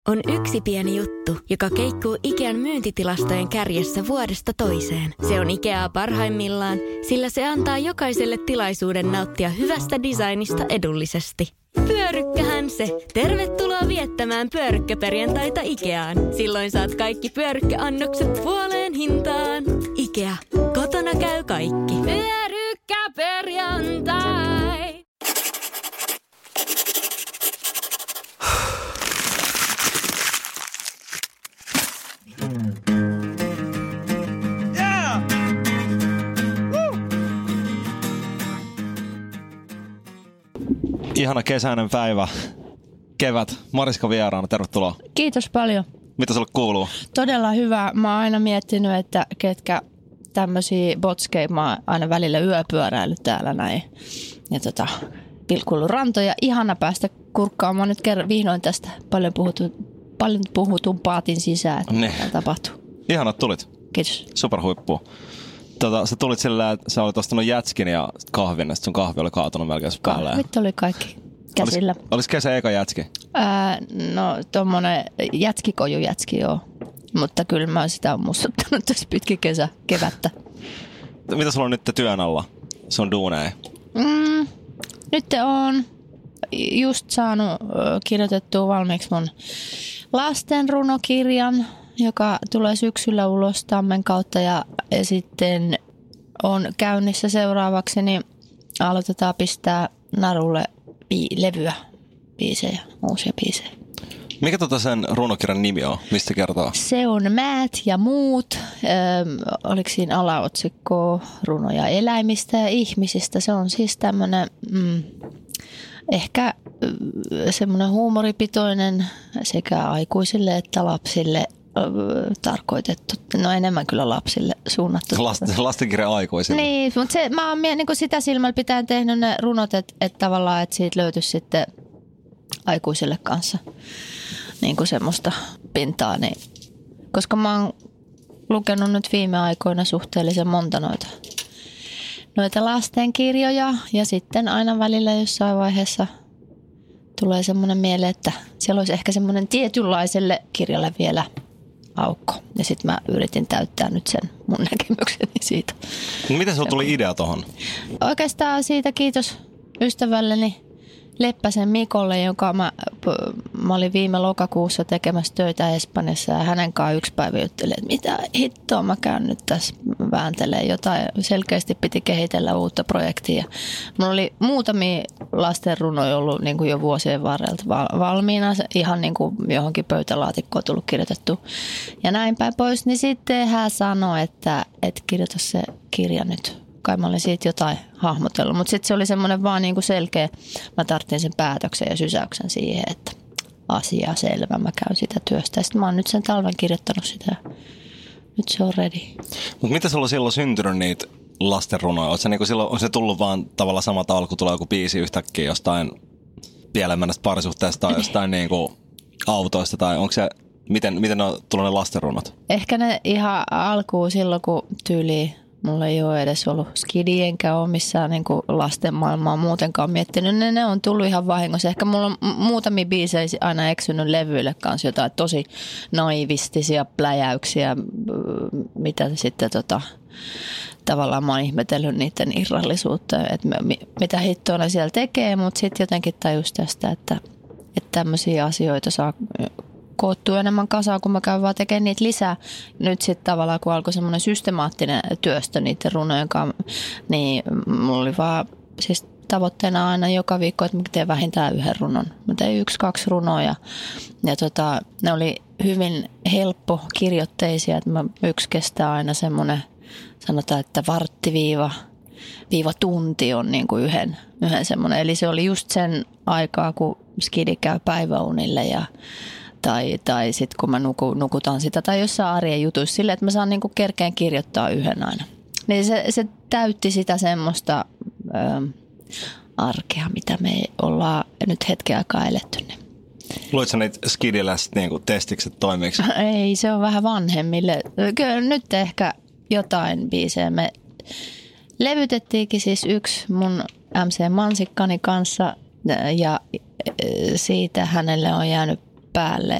On yksi pieni juttu, joka keikkuu Ikean myyntitilastojen kärjessä vuodesta toiseen. Se on Ikeaa parhaimmillaan, sillä se antaa jokaiselle tilaisuuden nauttia hyvästä designista edullisesti. Pyörykkähän se! Tervetuloa viettämään pyörykkäperjantaita Ikeaan. Silloin saat kaikki pyörykkäannokset puoleen hintaan. Ikea. Kotona käy kaikki. Pyörykkäperjantai! Ihana kesäinen päivä, kevät. Mariska vieraana, tervetuloa. Kiitos paljon. Mitä sulle kuuluu? Todella hyvä. Mä oon aina miettinyt, että ketkä tämmöisiä botskeja, mä oon aina välillä yöpyöräillyt täällä näin. Ja pilkullut rantoja. Ihana päästä kurkkaamaan nyt vihdoin tästä paljon puhutun paatin sisään, että mitä tapahtuu. Ihana, että tulit. Kiitos. Superhuippu. Sä tulit sillä, että sä olit ostanut jätskin ja kahvin, ja sun kahvi oli kaatunut melkein päälle. Kahvit oli kaikki käsillä. Olis kesä eka jätski? No tommonen jätski, joo. Mutta kyllä mä oon sitä mussuttanut tässä pitkin kevättä. Mitä sulla on nyt työn alla? Sun duuneja? Nyt on just saanut kirjoitettua valmiiksi mun lastenrunokirjan, joka tulee syksyllä ulos Tammen kautta ja sitten on käynnissä seuraavaksi, niin aloitetaan pistää narulle levyä, biisejä, uusia biisejä. Mikä sen runokirjan nimi on? Mistä kertoo? Se on Määt ja muut. Oliko siinä alaotsikko runoja eläimistä ja ihmisistä? Se on siis tämmöinen ehkä semmoinen huumoripitoinen sekä aikuisille että lapsille tarkoitettu. No enemmän kyllä lapsille suunnattu. Lastenkirja aikuisille. Niin, mutta mä oon niin sitä silmällä pitäen tehnyt ne runot, että tavallaan, että siitä löytyisi sitten aikuisille kanssa niin kuin semmoista pintaa. Niin, koska mä oon lukenut nyt viime aikoina suhteellisen monta noita lastenkirjoja ja sitten aina välillä jossain vaiheessa tulee semmoinen mieleen, että siellä olisi ehkä semmoinen tietynlaiselle kirjalle vielä aukko. Ja sitten mä yritin täyttää nyt sen mun näkemykseni siitä. Miten sulla tuli idea tohon? Oikeastaan siitä kiitos ystävälleni Leppäsen Mikolle, jonka mä olin viime lokakuussa tekemässä töitä Espanjassa ja hänen kanssa yksi päivä juttelin, että mitä hittoa mä käyn nyt tässä vääntelemään jotain. Selkeästi piti kehitellä uutta projektia. Mulla oli muutamia lastenrunoja ollut niin kuin jo vuosien varrelta valmiina, ihan niin kuin johonkin pöytälaatikkoon tullut kirjoitettu ja näin päin pois. Niin sitten hän sanoi, että kirjoita se kirja nyt. Kai mä olin siitä jotain hahmotellut, mutta sitten se oli semmoinen vaan niin kuin selkeä. Mä tarvitsin sen päätöksen ja sysäyksen siihen, että asia selvä, mä käyn sitä työstä. Ja sitten mä oon nyt sen talven kirjoittanut sitä. Nyt se on ready. Mutta mitä sulla silloin syntynyt niitä lastenrunoja? On se tullut vaan tavallaan samata alku, tulee joku biisi yhtäkkiä jostain pielemännästä parisuhteesta tai jostain niin kuin autoista tai onko se, miten ne on tullut ne lastenrunot? Ehkä ne ihan alkuun silloin, kun tyyliin mulla ei ole edes ollut skidi, enkä ole missään niin kuin lasten maailmaa muutenkaan miettinyt. Ne on tullut ihan vahingossa. Ehkä mulla on muutamia biisejä aina eksynyt levyille kanssa jotain tosi naivistisia pläjäyksiä, mitä sitten tavallaan mä oon ihmetellyt niiden irrallisuutta, että mitä hittoa ne siellä tekee, mutta sitten jotenkin tajus tästä, että tämmöisiä asioita saa koottua enemmän kasaa, kun mä käyn vaan tekemään niitä lisää. Nyt sitten tavallaan, kun alkoi semmoinen systemaattinen työstö niiden runojen kanssa, niin mulla oli vaan siis tavoitteena aina joka viikko, että mä teen vähintään yhden runon. Mä tein 1-2 runoa ja ne oli hyvin helppo kirjoitteisia, että yksi kestää aina semmoinen, sanotaan, että vartti-tunti on niin kuin yhden semmoinen. Eli se oli just sen aikaa, kun skidi käy päiväunille ja tai sitten kun mä nukutan sitä tai jossain arjen jutuissa silleen, että mä saan niinku kerkeen kirjoittaa yhden aina. Niin se täytti sitä semmoista arkea, mitä me ollaan nyt hetken aikaa eletty. Luitko niitä skidillä niinku testikset toimiksi? Ei, se on vähän vanhemmille. Kyllä nyt ehkä jotain biisejä. Me levytettiinkin siis yksi mun MC Mansikkani kanssa ja siitä hänelle on jäänyt päälle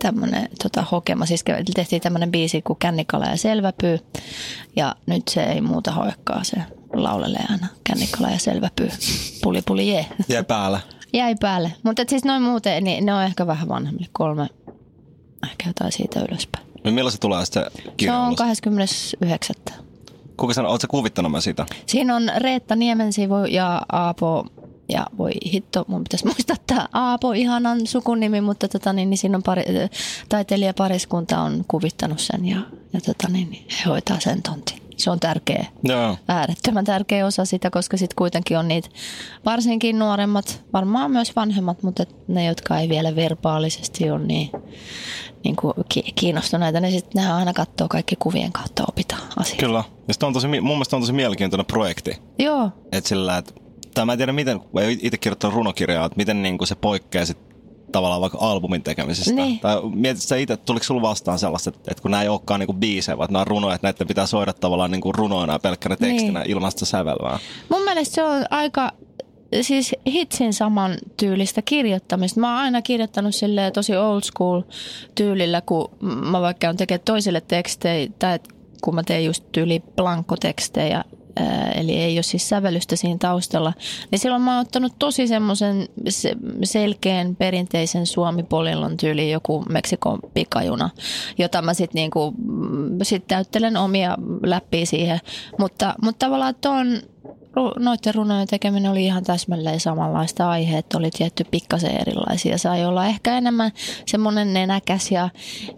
tämmöinen hokema. Siis tehtiin tämmöinen biisi kuin Kännikala ja Selväpyy. Ja nyt se ei muuta hoekkaa, se laulelee aina Kännikala ja Selväpyy. Puli puli jee. Jäi päälle. Jäi päälle. Mutta siis noin muuten, niin ne on ehkä vähän vanhemmille. 3, ehkä jotain siitä ylöspäin. No milloin se tulee sitten kirja? Se on 29. Kuka sanoo, ootko sä kuvittanut mä sitä? Siinä on Reetta Niemensivu ja Aapo, ja voi hitto, mun pitäisi muistaa tämä Aapo, ihanan sukunimi, mutta niin siinä on taiteilijapariskunta on kuvittanut sen ja he hoitaa sen tontin. Se on tärkeä, äärettömän tärkeä osa sitä, koska sitten kuitenkin on niitä varsinkin nuoremmat, varmaan myös vanhemmat, mutta ne, jotka ei vielä verbaalisesti ole niin kuin kiinnostuneita, niin sitten nehän aina katsoo kaikki kuvien kautta opitaan asiat. Kyllä, ja sitten mun mielestä on tosi mielenkiintoinen projekti. Joo. Että sillä, tai mä en tiedä miten, kun ei itse kirjoittanut runokirjaa, että miten niin kuin se poikkeaa sitten tavallaan vaikka albumin tekemisestä. Niin. Tai mietit sä itse, tuliko sulla vastaan sellaista, että kun nämä ei olekaan niinku biisejä, vaan nämä on runoja, että näiden pitää soida tavallaan niinku runoina ja pelkkänä tekstinä ilman sitä sävelmää. Mun mielestä se on aika siis hitsin saman tyylistä kirjoittamista. Mä oon aina kirjoittanut silleen tosi old school tyylillä, kun mä vaikka on tekemään toisille tekstejä, tai kun mä teen just tyyli blankkotekstejä, eli ei ole siis sävellystä siinä taustalla, niin silloin mä oon ottanut tosi semmoisen selkeän perinteisen suomipolillon tyyliin joku Meksikon pikajuna, jota mä sitten niinku, sit täyttelen omia läppiä siihen, mutta tavallaan noiden runojen tekeminen oli ihan täsmälleen samanlaista aiheet, oli tietty pikkasen erilaisia. Sai olla ehkä enemmän semmoinen nenäkäs ja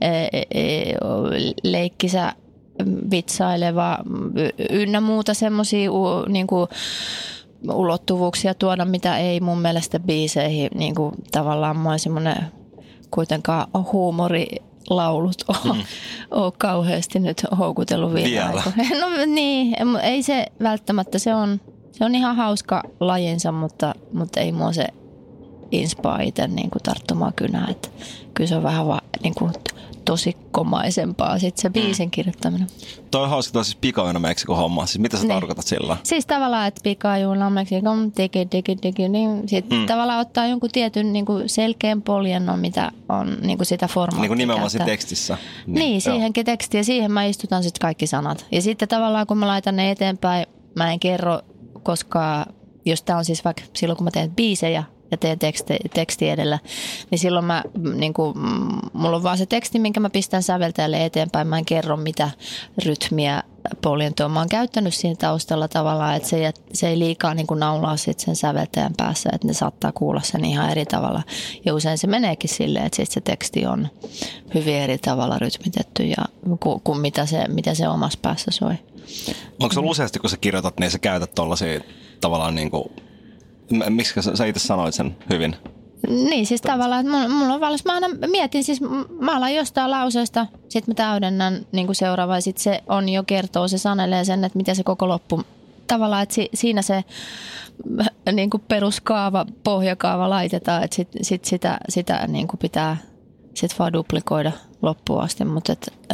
leikkisä vitsaileva ynnä muuta semmoisia niinku ulottuvuuksia tuoda, mitä ei mun mielestä biiseihin niinku tavallaan mua semmoinen kuitenkaan huumorilaulut ole kauheasti nyt houkutellut vielä. No niin, ei se välttämättä, se on ihan hauska lajinsa, mutta ei mua se inspaa itse niinku tarttumaan kynää, että kyllä se on vähän niinku tosikkomaisempaa sitten se biisin kirjoittaminen. Toi on hauska, siis pikajuna Meksikon homma. Siis mitä sä tarkoitat sillä? Siis tavallaan, että pikajuna Meksikon digi, niin sitten tavallaan ottaa jonkun tietyn niinku selkeän poljennon, mitä on niinku sitä formaattia. Niin kuin nimenomaan siinä tekstissä. Niin siihenkin tekstiin ja siihen mä istutan sitten kaikki sanat. Ja sitten tavallaan, kun mä laitan ne eteenpäin, mä en kerro, koska jos tää on siis vaikka silloin, kun mä teen biisejä, ja teen teksti edellä, niin silloin mulla on vaan se teksti, minkä mä pistän säveltäjälle eteenpäin. Mä en kerro, mitä rytmiä poljentoa mä oon käyttänyt siinä taustalla tavallaan, että se ei liikaa niin kuin naulaa sit sen säveltäjän päässä, että ne saattaa kuulla sen ihan eri tavalla. Ja usein se meneekin silleen, että sit se teksti on hyvin eri tavalla rytmitetty ja kuin mitä se omassa päässä soi. Onko se useasti, kun sä kirjoitat, niin sä käytät tollaisia tavallaan niin kuin, miksi sä itse sanoit sen hyvin? Niin, siis tavallaan, että mulla on valmis, mä aina mietin, siis mä alan jostain lauseesta, sit mä täydennän niin kuin seuraava ja sit se on jo kertoo, se sanelee sen, että miten se koko loppu, tavallaan, että siinä se niin kuin peruskaava, pohjakaava laitetaan, että sit sitä niin kuin pitää sit vaan duplikoida loppuun asti, mutta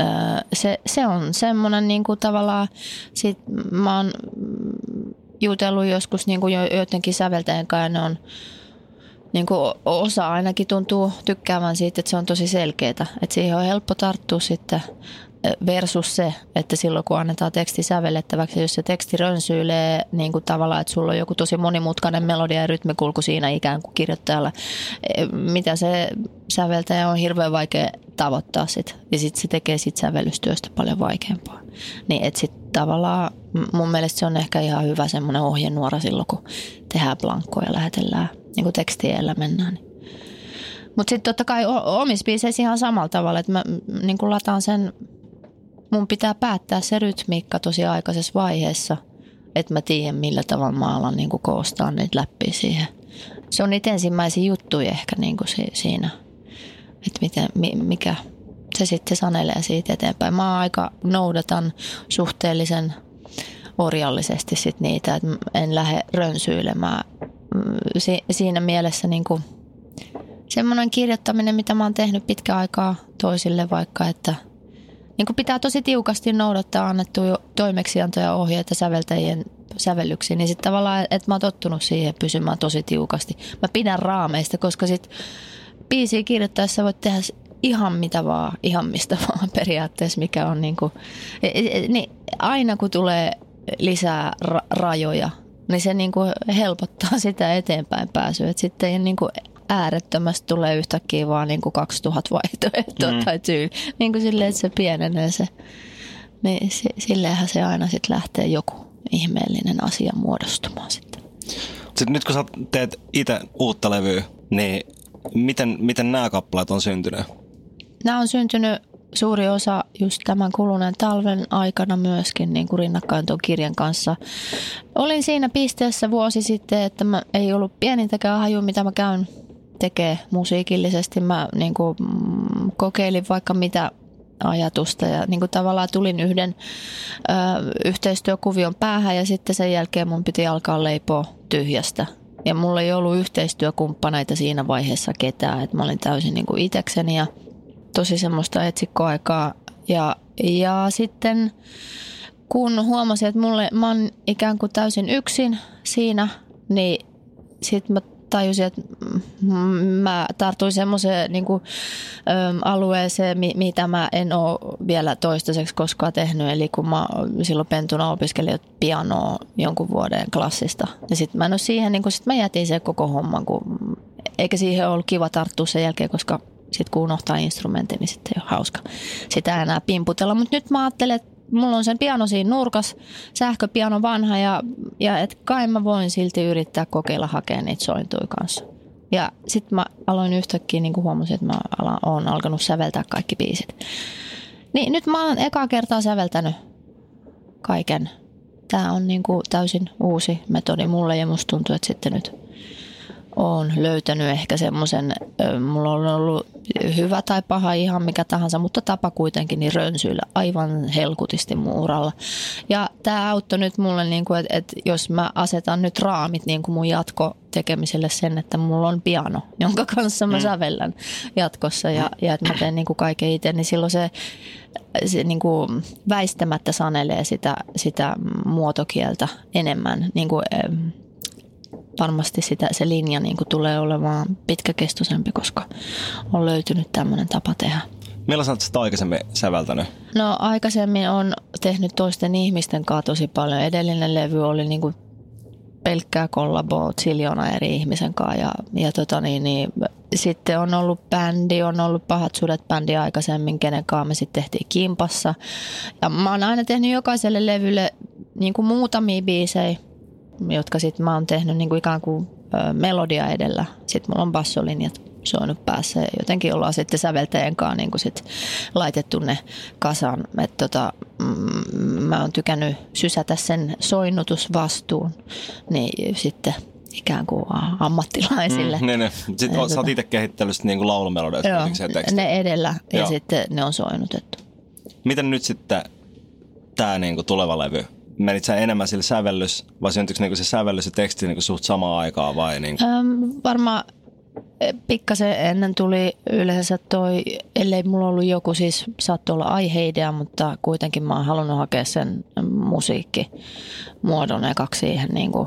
se on semmoinen niin kuin tavallaan, sit mä oon jutellut joskus niin kuin joidenkin säveltäjien kanssa, ne on niin kuin osa ainakin tuntuu tykkäävän siitä, että se on tosi selkeää. Että siihen on helppo tarttua sitten versus se, että silloin kun annetaan teksti sävellettäväksi, jos se teksti rönsyilee niin kuin tavallaan, että sulla on joku tosi monimutkainen melodia ja rytmikulku siinä ikään kuin kirjoittajalla, mitä se säveltäjä on hirveän vaikea tavoittaa sit. Ja sitten se tekee sit sävellystyöstä paljon vaikeampaa. Niin että sitten tavallaan mun mielestä se on ehkä ihan hyvä semmoinen ohjenuora silloin, kun tehdään blankkoja ja lähetellään niin kuin tekstiellä mennään. Mutta sitten totta kai omissa biiseissä ihan samalla tavalla, että mä niin kuin lataan sen, mun pitää päättää se rytmiikka tosi aikaisessa vaiheessa, että mä tiedän millä tavalla mä alan niin kuin koostaa niitä läpi siihen. Se on niitä ensimmäisiä juttuja ehkä niin kuin siinä, että mikä se sitten sanelee siitä eteenpäin. Mä aika noudatan suhteellisen orjallisesti sit niitä, että en lähde rönsyilemään. Siinä mielessä niin kuin semmoinen kirjoittaminen, mitä mä oon tehnyt pitkän aikaa toisille vaikka, että niin kuin pitää tosi tiukasti noudattaa annettuja toimeksiantoja ja ohjeita säveltäjien sävellyksiin, niin sitten tavallaan, että mä oon tottunut siihen pysymään tosi tiukasti. Mä pidän raameista, koska sitten biisiä kirjoittaessa voit tehdä ihan mitä vaan, ihan mistä vaan periaatteessa, mikä on niin aina kun tulee lisää rajoja, niin se niin kuin helpottaa sitä eteenpäin pääsyä. Että sitten ei niin kuin äärettömästi tulee yhtäkkiä vaan niin kuin 2000 vaihtoehtoa tai tyyli. Niin kuin silleen, että se pienenee se. Niin silleenhän se aina sitten lähtee joku ihmeellinen asia muodostumaan sitten. Sitten nyt kun sä teet itse uutta levyä, niin miten nämä kappaleet on syntynyt? Nämä on syntynyt suuri osa just tämän kuluneen talven aikana myöskin niin kuin rinnakkain tuon kirjan kanssa. Olin siinä pisteessä vuosi sitten, että mä ei ollut pienintäkään haju, mitä mä käyn tekee musiikillisesti. Mä niin kuin kokeilin vaikka mitä ajatusta ja niin kuin tavallaan tulin yhden yhteistyökuvion päähän ja sitten sen jälkeen mun piti alkaa leipoa tyhjästä. Ja mulla ei ollut yhteistyökumppaneita siinä vaiheessa ketään, että mä olin täysin niin kuin itekseni ja tosi semmoista etsikkoaikaa. Ja sitten kun huomasin, että mä oon ikään kuin täysin yksin siinä, niin sitten mä tajusin, että mä tartuin semmoiseen niin kuin alueeseen, mitä mä en ole vielä toistaiseksi koskaan tehnyt. Eli kun mä silloin pentuna opiskelin pianoa jonkun vuoden klassista. Ja sitten mä en ole siihen, niin sit mä jätin sen koko homman, eikä siihen ollut kiva tarttua sen jälkeen, koska sitten kun unohtaa instrumentin, niin sitten ei ole hauska sitä enää pimputella. Mutta nyt mä ajattelen, että mulla on sen piano siinä nurkas, sähköpiano vanha ja et kai mä voin silti yrittää kokeilla hakea niitä sointuja kanssa. Ja sitten mä aloin yhtäkkiä, niin kuin huomasin, että mä oon alkanut säveltää kaikki biisit. Niin nyt mä oon ekaa kertaa säveltänyt kaiken. Tää on niin kuin täysin uusi metodi mulle ja musta tuntuu, että sitten nyt oon löytänyt ehkä semmoisen, mulla on ollut hyvä tai paha ihan mikä tahansa, mutta tapa kuitenkin niin rönsyillä aivan helkutisti mun uralla. Ja tää auttoi nyt mulle, niin kuin, että jos mä asetan nyt raamit niin kuin mun jatkotekemiselle sen, että mulla on piano, jonka kanssa mä sävellän jatkossa ja että mä teen niin kuin kaiken itse, niin silloin se niin kuin väistämättä sanelee sitä muotokieltä enemmän niin kuin, varmasti se linja niin kuin tulee olemaan pitkäkestoisempi, koska on löytynyt tämmöinen tapa tehdä. Milloin sä oot sitä aikaisemmin säveltänyt? No aikaisemmin on tehnyt toisten ihmisten kanssa tosi paljon. Edellinen levy oli niin kuin pelkkää kollaboa ziljoona eri ihmisen kanssa ja sitten on ollut bändi, on ollut Pahat sudet bändi aikaisemmin, kenen kanssa me sitten tehtiin kimpassa. Ja mä oon aina tehnyt jokaiselle levylle niin kuin muutamia biisejä, jotka sitten mä oon tehnyt niin kuin ikään kuin melodia edellä. Sitten mulla on bassolinjat soinut päässä ja jotenkin ollaan sitten säveltäjän kanssa niin kuin sit laitettu ne kasaan. Mä oon tykännyt sysätä sen soinnutusvastuun niin sitten ikään kuin ammattilaisille. Sitten sä oot itse kehittänyt niin kuin laulumelodioita. Joo, ne edellä ja sitten ne on soinnutettu. Miten nyt sitten tämä niin kuin tuleva levy? Menit sä enemmän sille sävellys, vai syntyykö niinku se sävellys ja teksti niinku suht samaan aikaan vai niinku? Varmaan pikkasen ennen tuli yleensä ellei mulla ollut joku siis saattoi olla aiheidea, mutta kuitenkin mä oon halunnut hakea sen musiikkimuodon ekaksi siihen niinku,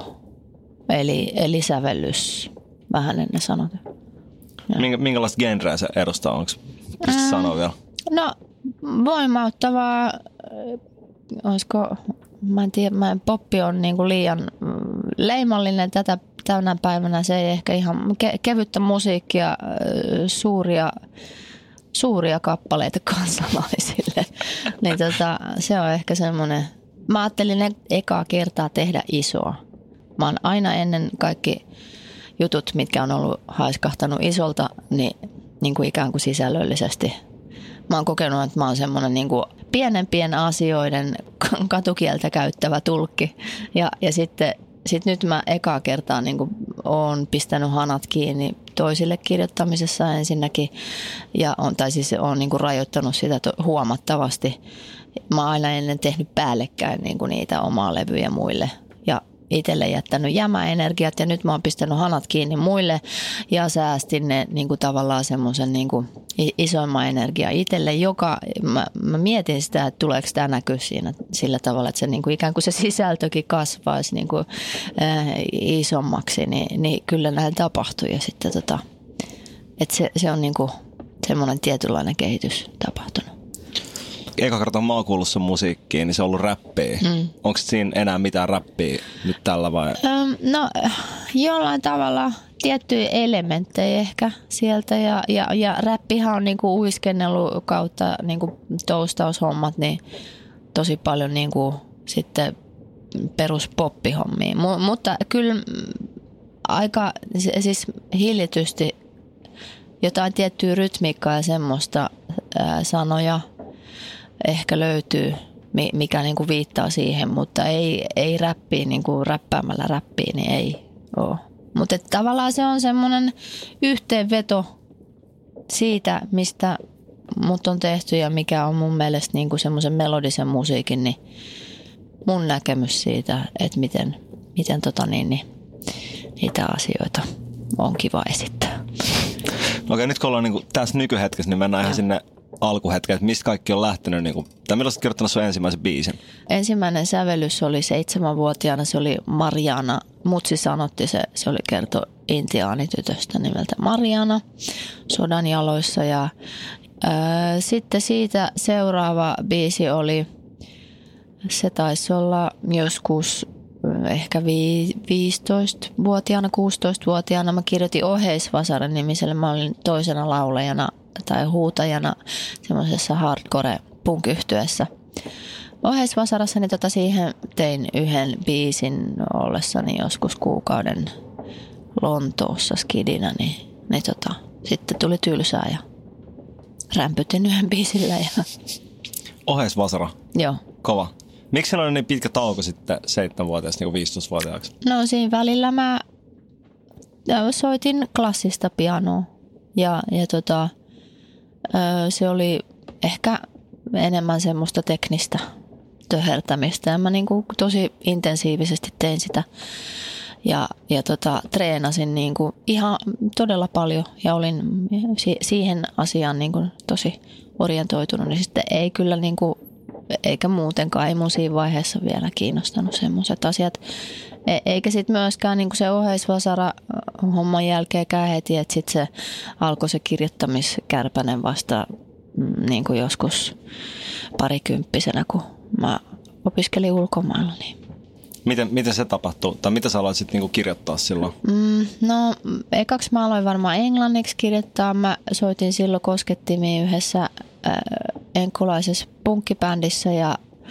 eli sävellys vähän ennen sanotaan. Minkälaista genreä se edustaa? Onko pysty sanoa vielä? No voimauttavaa, olisiko... Mä en tiedä, poppi on niinku liian leimallinen tänä päivänä. Se ei ehkä ihan kevyttä musiikkia, suuria kappaleita kansalaisille. Niin se on ehkä semmoinen, mä ajattelin ekaa kertaa tehdä isoa. Mä oon aina ennen kaikki jutut, mitkä on ollut haiskahtanut isolta, niin kuin ikään kuin sisällöllisesti. Mä oon kokenut, että mä oon semmoinen niin kuin pienempien asioiden katukieltä käyttävä tulkki. Ja sitten nyt mä ekaa kertaa niin kuin oon pistänyt hanat kiinni toisille kirjoittamisessa ensinnäkin. Ja on niin kuin rajoittanut sitä huomattavasti. Mä oon aina ennen tehnyt päällekkäin niin kuin niitä omaa levyjä muille. Ja itselle jättänyt jämäenergiat ja nyt mä oon pistänyt hanat kiinni muille ja säästin ne niin kuin tavallaan semmoisen niin kuin isoimman energiaa itselle, joka mä mietin sitä, että tuleeko tämä näkyä siinä sillä tavalla, että se niin kuin ikään kuin se sisältökin kasvaisi niin kuin, isommaksi, niin kyllä näin tapahtui ja sitten että se on niin kuin semmoinen tietynlainen kehitys tapahtunut. Eka kertaa mä oon kuullut sun musiikkiin, niin se on ollut räppiä. Onko siinä enää mitään räppiä nyt tällä vai? No jollain tavalla tiettyjä elementtejä ehkä sieltä ja räppihän on niinku uiskennellut kautta niinku toustaushommat niin tosi paljon niinku sitten peruspoppihommia. Mutta kyllä aika siis hillitysti jotain tiettyä rytmiikkaa ja semmoista sanoja ehkä löytyy, mikä niinku viittaa siihen, mutta ei räppiä, niinku räppäämällä räppiä, niin ei ole. Mutta tavallaan se on semmoinen yhteenveto siitä, mistä mut on tehty ja mikä on mun mielestä niinku semmoisen melodisen musiikin, niin mun näkemys siitä, että miten niitä asioita on kiva esittää. Okei, nyt kun ollaan niinku tässä nykyhetkessä, niin mennään ihan sinne alkuhetkeen, että mistä kaikki on lähtenyt, niinku, tai milloin olet kirjoittanut sun ensimmäisen biisin? Ensimmäinen sävellys oli 7-vuotiaana, se oli Mariana. Mutsi sanotti, se oli kerto intiaanitytöstä nimeltä Mariana sodan jaloissa. Ja sitten siitä seuraava biisi oli, se taisi olla joskus ehkä 15-vuotiaana, 16-vuotiaana. Mä kirjoitin Oheisvasara nimiselle, mä olin toisena laulajana tai huutajana semmoisessa hardcore-punk-yhtyeessä. Oheisvasarassa niin siihen tein yhden biisin ollessani joskus kuukauden Lontoossa skidinä, niin sitten tuli tylsää ja rämpytin yhden biisillä. Ja... Oheisvasara? Joo. Kova. Miksi siellä oli niin pitkä tauko sitten 7-vuotiaasta niin 15-vuotiaaksi? No siinä välillä mä soitin klassista pianoa ja se oli ehkä enemmän semmoista teknistä töhertämistä ja mä niinku tosi intensiivisesti tein sitä ja treenasin niinku ihan todella paljon ja olin siihen asiaan niinku tosi orientoitunut, niin sitten ei kyllä niinku, eikä muutenkaan, ei mun siinä vaiheessa vielä kiinnostanut semmoiset asiat. Eikä sitten myöskään niinku se Oheisvasara homman jälkeenkään heti, että sitten se alkoi se kirjoittamiskärpänen vasta niinku joskus parikymppisenä, kun mä opiskelin ulkomailla. Niin. Miten se tapahtuu? Tai mitä sä aloit sitten niinku kirjoittaa silloin? No ekaksi mä aloin varmaan englanniksi kirjoittaa. Mä soitin silloin koskettimiin yhdessä enkkulaisessa punkkibändissä ja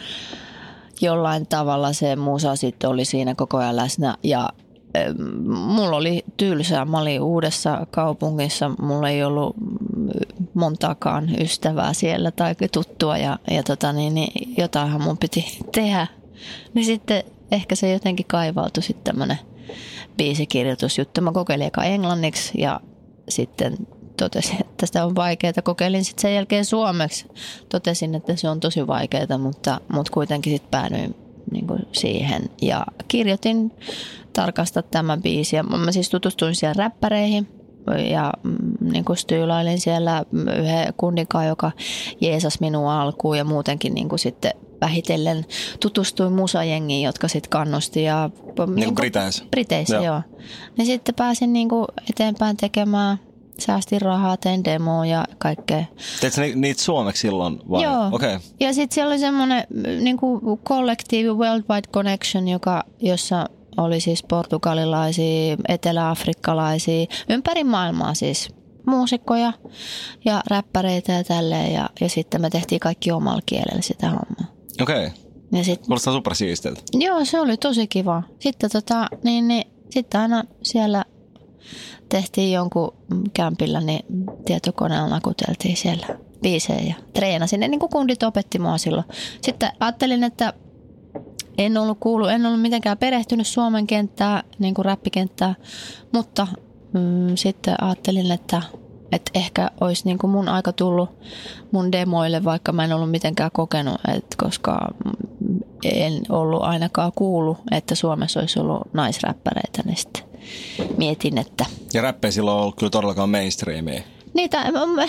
jollain tavalla se musa sitten oli siinä koko ajan läsnä ja mulla oli tylsää. Mä olin uudessa kaupungissa, mulla ei ollut montaakaan ystävää siellä tai tuttua ja jotainhan mun piti tehdä. Niin sitten ehkä se jotenkin kaivautui sitten tämmönen biisikirjoitusjuttu. Mä kokeilin eka englanniksi ja sitten totesin, että sitä on vaikeaa. Kokeilin sitten sen jälkeen suomeksi. Totesin, että se on tosi vaikeaa, mutta kuitenkin sitten päädyin niin kuin siihen. Ja kirjoitin tarkasta tämän biisin. Mä siis tutustuin siellä räppäreihin ja niin kuin styylailin siellä yhden kundinkaan, joka jeesasi minua alkuun ja muutenkin niin kuin sitten vähitellen tutustuin musajengiin, jotka sitten kannusti. Ja, niin Briteissä? Briteissä, joo. Niin sitten pääsin niin kuin eteenpäin tekemään. Säästin rahaa, tein demoa ja kaikkea. Teetkö niitä suomeksi silloin? Vai? Joo. Okay. Ja sitten siellä oli semmoinen niin kuin kollektiivi Worldwide Connection, jossa oli siis portugalilaisia, eteläafrikkalaisia, ympäri maailmaa siis muusikkoja ja räppäreitä ja tälleen. Ja sitten me tehtiin kaikki omalla kielellä sitä hommaa. Okei. Okay. Kuulostaa supersiistiltä. Joo, se oli tosi kiva. Sitten, sitten aina siellä tehtiin jonkun kämpillä, niin tietokoneella nakuteltiin siellä biisejä ja treenasin. Ja niin kuin kundit opetti mua silloin. Sitten ajattelin, että en ollut mitenkään perehtynyt Suomen kenttää, niin kuin räppikenttää, mutta sitten ajattelin, että ehkä olisi niin kuin mun aika tullut mun demoille, vaikka mä en ollut mitenkään kokenut, koska en ollut ainakaan kuullut, että Suomessa olisi ollut naisräppäreitä, niin sitten mietin, että... Ja räppejä silloin on ollut kyllä todellakaan mainstreamia. Niitä,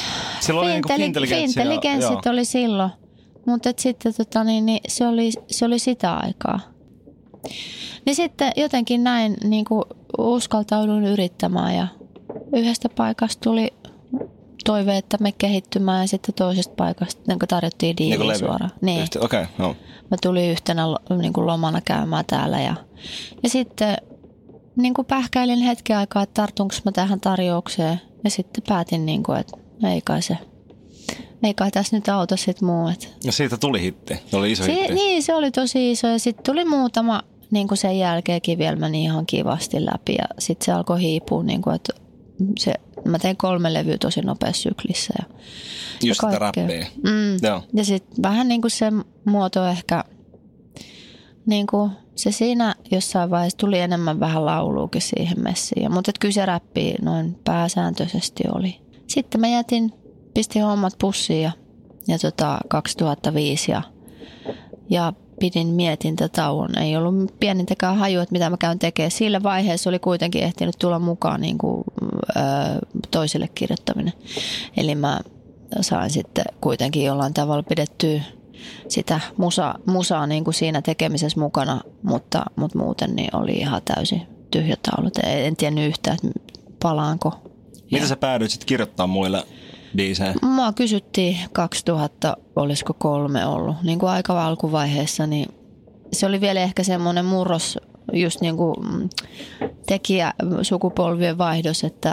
Fintelligenssit oli silloin, mutta sitten se oli sitä aikaa. Niin sitten jotenkin näin niin kuin uskaltauduin yrittämään ja yhdestä paikasta toive, että me kehittymään ja sitten toisesta paikasta niin tarjottiin diiliä suoraan. Niin. Okay, no. Mä tulin yhtenä niin kuin lomana käymään täällä ja sitten niin kuin pähkäilin hetken aikaa, että tartunko mä tähän tarjoukseen ja sitten päätin, niin kuin, että ei kai tässä nyt auta sit muu. Ja siitä tuli hitti, se oli iso hitti. Niin, se oli tosi iso ja sitten tuli muutama, niin kuin sen jälkeenkin vielä meni ihan kivasti läpi ja sitten se alkoi hiipua, niin kuin, että mä tein 3 levyä tosi nopeassa syklissä. Just sitä räppiä. Ja sitten vähän niin kuin se muoto ehkä, niin kuin se siinä jossain vaiheessa tuli enemmän vähän lauluukin siihen messiin. Mutta kyllä se räppi noin pääsääntöisesti oli. Sitten mä pistin hommat pussiin ja 2005 ja pidin mietintätauon. Ei ollut pienintäkään hajua, että mitä mä käyn tekemään. Sillä vaiheessa oli kuitenkin ehtinyt tulla mukaan niin kuin, toiselle kirjoittaminen. Eli mä sain sitten kuitenkin jollain tavalla pidettyä sitä musaa niin kuin siinä tekemisessä mukana, mutta muuten niin oli ihan täysin tyhjä taulut. En tiennyt yhtään, että palaanko. Mitä sä päädyit sitten kirjoittaa muille biisejä? Mua kysyttiin 2000, olisiko 3 ollut, niin kuin aika alkuvaiheessa, niin se oli vielä ehkä semmoinen murros, just niin kuin tekijä sukupolvien vaihdos, että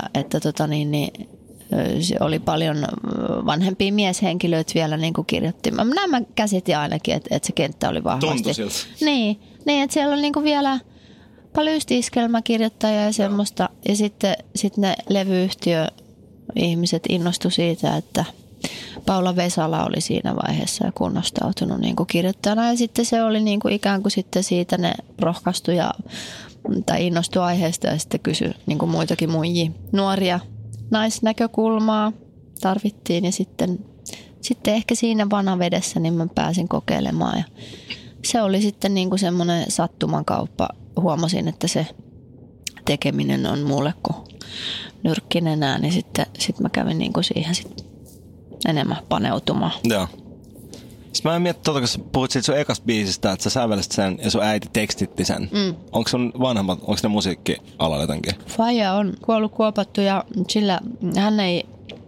se oli paljon vanhempia mieshenkilöitä vielä niin kuin kirjoitti. Näin mä käsitin ainakin, että se kenttä oli vahvasti. Tuntui siltä. Niin, että siellä oli niin kuin vielä paljon just iskelmäkirjoittajia ja semmoista. Ja sitten ne levyyhtiöihmiset innostu siitä, että Paula Vesala oli siinä vaiheessa ja kunnostautunut niin kuin kirjoittajana. Ja sitten se oli niin kuin ikään kuin sitten siitä ne rohkaistui tai innostui aiheesta ja sitten kysyi niin kuin muitakin muijia nuoria. Naisnäkökulmaa tarvittiin ja sitten ehkä siinä vanavedessä niin mä pääsin kokeilemaan ja se oli sitten niin kuin semmoinen sattumankauppa. Huomasin, että se tekeminen on mulle kuin nyrkkinenää, niin sitten mä kävin niin kuin siihen sitten enemmän paneutumaan. Joo. Sitten mä en miettiä kun sä puhut siitä sun ekasta biisistä, että sä sävelsit sen ja sun äiti tekstitti sen. Onko sun vanhemmat, onko ne musiikkialalla jotenkin? Faija on kuollut kuopattu ja sillä hän ei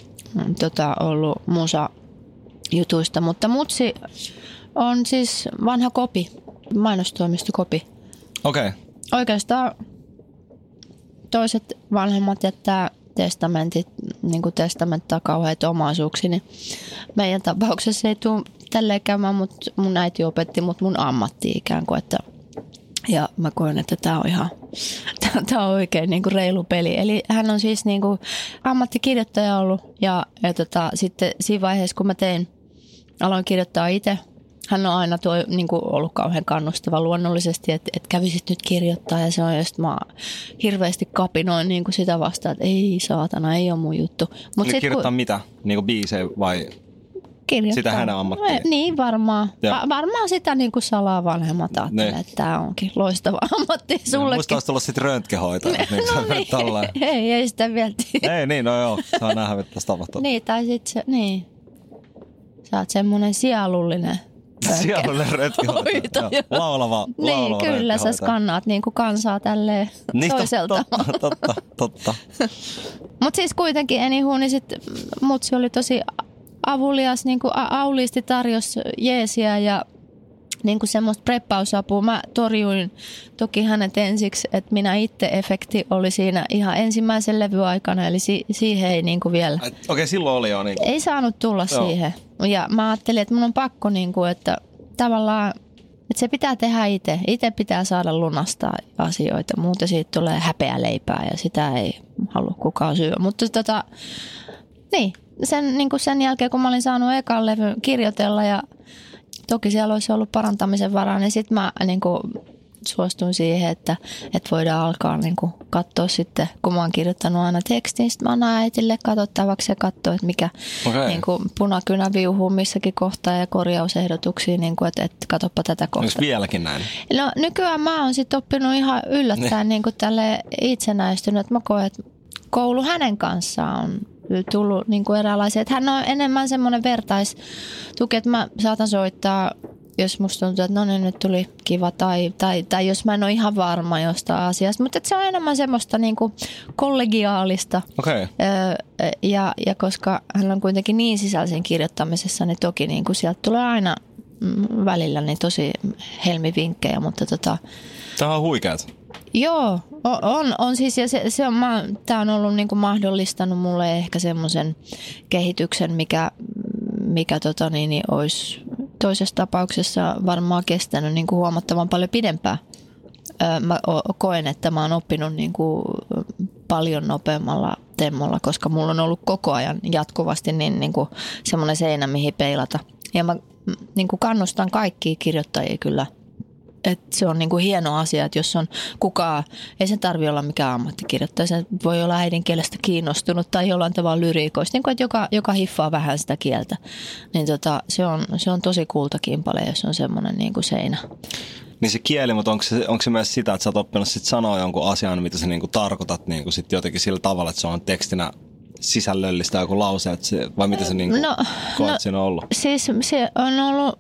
ollut musa-jutuista, mutta mutsi on siis vanha kopi, mainostoimistokopi. Okei. Okay. Oikeastaan toiset vanhemmat jättää testamentit, niin kuin testamenttaa kauheita omaisuuksia, niin meidän tapauksessa ei tule tälleen käymään, mutta mun äiti opetti mut mun ammatti ikään kuin, ja mä koen, että tää on oikein niin kuin reilu peli. Eli hän on siis niin kuin ammattikirjoittaja ollut ja sitten siinä vaiheessa, kun mä aloin kirjoittaa itse, hän on aina niin kuin ollut kauhean kannustava luonnollisesti, että kävisit nyt kirjoittaa ja se on just mä hirveästi kapinoin niin kuin sitä vastaan, että ei saatana, ei ole mun juttu. Mut kirjoittaa mitä? Niin kuin biisejä vai sitä hänen ammattiin? Niin varmaan. Varmaan sitä niin kuin salaa vanhemmat ajattelee, että tämä onkin loistava ammatti sullekin. Musta olisi tullut sitten röntgenhoitaja. Ei sitä vielä tiedä. Ei niin, no joo, saa nähdä, mitä tässä tapahtuu. Niin, tai sitten sä oot semmoinen sielullinen. Sielullinen röntgenhoitaja. Laulava niin, kyllä sä skannaat niin kuin kansaa tälleen niin, toiselta. Totta. Mutta siis kuitenkin anywho, niin sit mutsi oli tosi avulias, niin kuin auliisti tarjosi jeesiä ja niin kuin semmoista preppausapua. Mä torjuin toki hänet ensiksi, että minä itse efekti oli siinä ihan ensimmäisen levyaikana, eli siihen ei niin kuin vielä. Okei, silloin oli jo niin kuin. Ei saanut tulla siihen. Ja mä ajattelin, että mun on pakko, niin kuin, että tavallaan, että se pitää tehdä itse. Itse pitää saada lunastaa asioita, muuten siitä tulee häpeäleipää ja sitä ei halua kukaan syödä. Mutta niin. Sen jälkeen, kun mä olin saanut ekan levyn kirjoitella ja toki siellä olisi ollut parantamisen varaa, niin sitten mä niin kuin suostuin siihen, että voidaan alkaa niin kuin katsoa sitten, kun mä oon kirjoittanut aina tekstin, sitten mä annan äitille katsottavaksi ja katsoa, että mikä niin kuin punakynä viuhuu missäkin kohtaa ja korjausehdotuksia, niin kuin, että katsoppa tätä kohtaa. Onko vieläkin näin? No nykyään mä oon sitten oppinut ihan yllättäen niin kuin tälleen itsenäistynyt, että mä koen, että koulu hänen kanssaan on tullut niin kuin eräänlaisia. Että hän on enemmän semmoinen vertaistuki, että mä saatan soittaa jos musta tuntuu, että no niin, nyt tuli kiva tai jos mä en ole ihan varma jostain asiasta. Mutta se on enemmän semmoista niinku kollegiaalista. Okay. Ja koska hän on kuitenkin niin sisällisen kirjoittamisessa, niin toki niinku sieltä tulee aina välillä niin tosi helmivinkkejä, mutta Tämä on huikeat. Joo, on siis, ja tämä on ollut niinku mahdollistanut mulle ehkä semmoisen kehityksen, mikä olisi toisessa tapauksessa varmaan kestänyt niinku huomattavan paljon pidempään. Mä koen, että mä oon oppinut niinku paljon nopeammalla temmolla, koska mulla on ollut koko ajan jatkuvasti niinku semmoinen seinä, mihin peilata. Ja mä niinku kannustan kaikkia kirjoittajia kyllä. Että se on niinku hieno asia, että jos on kukaan, ei sen tarvitse olla mikään ammattikirjoittaja, se voi olla äidinkielestä kiinnostunut tai jollain tavalla lyriikoista, niin että joka hiffaa vähän sitä kieltä. Niin se on tosi kultakimpale, jos on semmoinen niinku seinä. Niin se kieli, mutta onko se myös sitä, että sä oot oppinut sit sanoa jonkun asian, mitä sä niinku tarkoitat niinku sit jotenkin sillä tavalla, että se on tekstinä sisällöllistä joku lause, että vai mitä se niinku koet siinä on ollut? Siis se on ollut...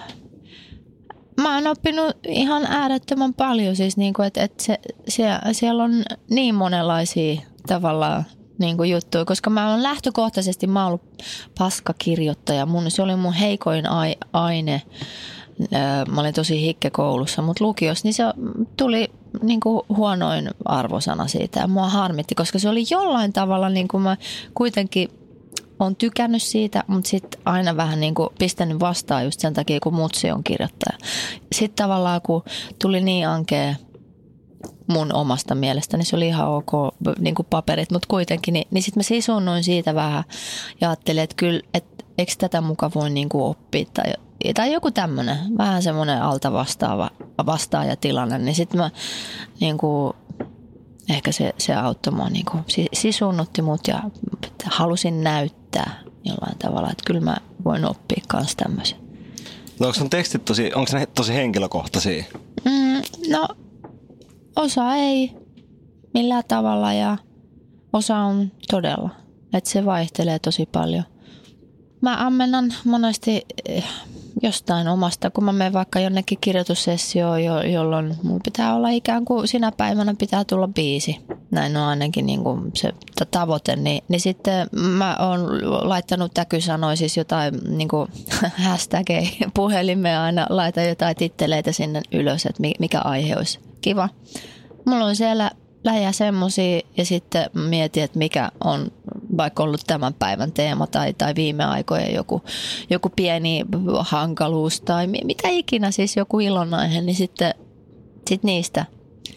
Mä oon oppinut ihan äärettömän paljon, siis niinku, että siellä on niin monenlaisia tavallaan niinku juttuja, koska mä oon lähtökohtaisesti, mä oon ollut paskakirjoittaja, se oli mun heikoin aine. Mä olin tosi hikke koulussa, mutta lukiossa, niin se tuli niinku huonoin arvosana siitä ja mua harmitti, koska se oli jollain tavalla, niin kuin mä kuitenkin on tykännyt siitä, mutta sitten aina vähän niin kuin pistänyt vastaan just sen takia, kun mutsi on kirjoittaja. Sitten tavallaan, kun tuli niin ankea mun omasta mielestä, niin se oli ihan ok niin kuin paperit, mutta kuitenkin, niin sitten mä sisunnoin siitä vähän ja ajattelin, että kyllä, että eikö tätä muka voi niin kuin oppia tai joku tämmöinen, vähän semmoinen alta vastaajatilanne, niin sitten mä niin kuin ehkä se auttoi mua, niin kuin sisunnutti mut ja halusin näyttää jollain tavalla, että kyllä mä voin oppia kans tämmöisen. Onko sun tekstit onko ne tosi henkilökohtaisia? No osa ei millään tavalla ja osa on todella, että se vaihtelee tosi paljon. Mä ammennan monesti jostain omasta, kun mä menen vaikka jonnekin kirjoitussessioon, jolloin mulla pitää olla ikään kuin sinä päivänä pitää tulla biisi. Näin on ainakin niin kuin se tavoite. Niin sitten mä oon laittanut täkysanoja, siis jotain niin kuin hashtageja puhelimeen aina, laitan jotain titteleitä sinne ylös, että mikä aihe olisi kiva. Mulla on siellä lähiä semmosia ja sitten mietin, että mikä on vaikka ollut tämän päivän teema tai viime aikojen joku pieni hankaluus tai mitä ikinä, siis joku ilonaihe, niin sitten niistä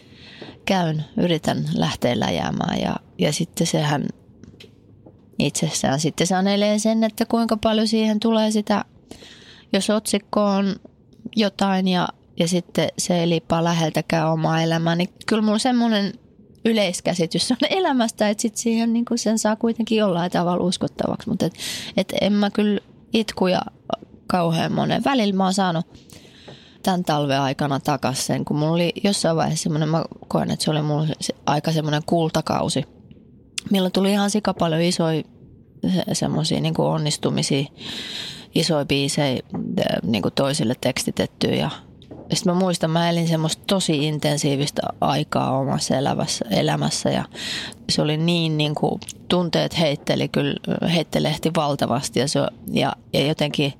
yritän lähteä läjäämään ja sitten sehän itsessään sitten sanelee sen, että kuinka paljon siihen tulee sitä, jos otsikko on jotain ja sitten se ei liippaa läheltäkään omaa elämää, niin kyllä mulla semmoinen yleiskäsitys on elämästä, että sitten siihen niin sen saa kuitenkin jollain tavalla uskottavaksi, mutta et en mä kyllä itkuja kauhean monen. Välillä mä oon saanut tämän talven aikana takaisin sen, kun mulla oli jossain vaiheessa semmoinen, mä koen, että se oli mulla aika semmoinen kultakausi, milloin tuli ihan sika paljon isoja semmoisia niin onnistumisia, isoja biisejä niin toisille tekstitettyjä ja sitten mä muistan, mä elin semmoista tosi intensiivistä aikaa omassa elämässä ja se oli niin kuin tunteet heittelehti valtavasti ja jotenkin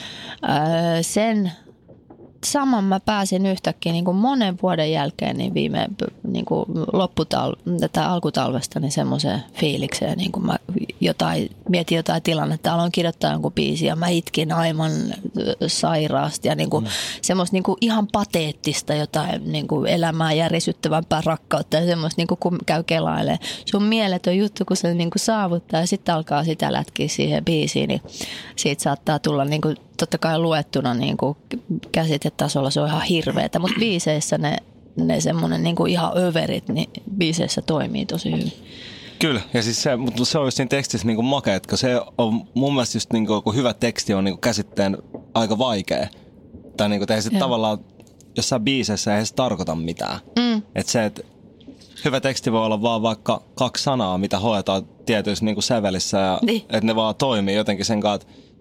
sen saman mä pääsin yhtäkkiä niin kuin monen vuoden jälkeen niin viime niin kuin alkutalvesta niin semmoiseen fiilikseen, niin kuin mä mietin jotain tilannetta, aloin kirjoittaa jonkun biisin ja mä itkin aivan sairaasti ja niin kuin semmoista niin kuin ihan pateettista jotain niin kuin elämää järisyttävämpää rakkautta ja semmoista niin kuin kun käy kelailemaan. Se on mieletön juttu, kun se niin kuin saavuttaa ja sitten alkaa sitä lätkiä siihen biisiin, niin siitä saattaa tulla niin kuin totta kai luettuna niin kuin käsitetasolla se on ihan hirveetä, mutta biiseissä ne semmoinen niin kuin ihan överit, niin biiseissä toimii tosi hyvin. Kyllä, ja siis mutta se on just siinä tekstissä niin kuin makea, että se on mun mielestä just niin kuin, kun hyvä teksti on niin kuin käsitteen aika vaikea. Tai niin kuin ei se tavallaan, jossain biiseissä ei se tarkoita mitään. Että se, että hyvä teksti voi olla vaan vaikka 2 sanaa, mitä hoetaan tietyissä niin kuin sävelissä ja että ne vaan toimii jotenkin sen kanssa,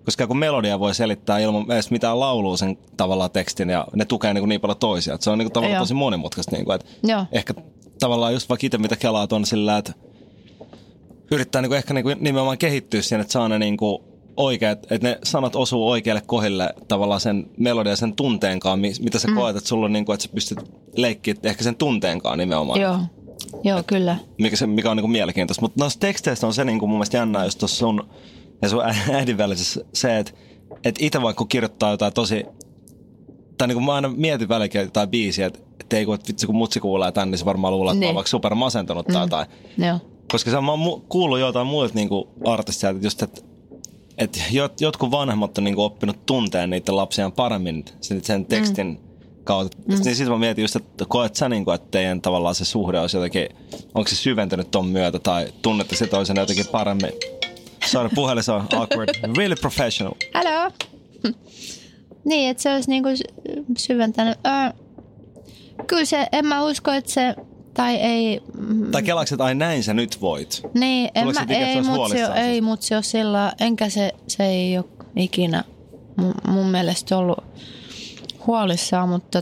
Koska kun melodia voi selittää ilman edes mitään laulua sen tavallaan tekstin ja ne tukee niin paljon toisia. Et se on niin kuin tavallaan tosi monimutkaista. Niin kuin, ehkä tavallaan just vaikka itse mitä kelaa on sillä, että yrittää niin kuin ehkä niin kuin nimenomaan kehittyä siihen, että saa ne niin kuin oikeat, että ne sanat osuu oikealle kohdille tavallaan sen melodian sen tunteenkaan, mitä sä koet, että sulla on niin kuin, että sä pystyt leikkiä ehkä sen tunteenkaan nimenomaan. Joo, kyllä. Mikä on niin kuin mielenkiintoista. Mutta noissa teksteistä on se niin kuin mun mielestä jännää just tuossa sun ja sun äidin välisessä se, että itse vaikka kirjoittaa jotain tosi, tai niin kuin mä aina mietin välikin jotain biisiä, että ei kun vitsi kun mutsi kuulee tän, niin se varmaan luulee, että mä oon vaikka super masentunut tai jotain. Joo. Koska mä oon kuullut jotain muilta niin kuin artisteilta just, että jotkut vanhemmat on niin kuin oppinut tunteen niiden lapsiaan paremmin sen tekstin kautta. Niin sitten mä mietin just, että koet sä niin kuin, että teidän tavallaan se suhde olisi jotenkin, onko se syventynyt ton myötä tai tunnette se toisen jotenkin paremmin? Sorry, puhelin on awkward. Really professional. Hello. Niin, että se olisi niinku syventänyt. Kyllä se, en mä usko, että se, tai ei. Tai kelaatko, että ai näin sä nyt voit? Niin, ei, mutta se on sillä, enkä se ei ole ikinä mun mielestä ollut huolissaan, mutta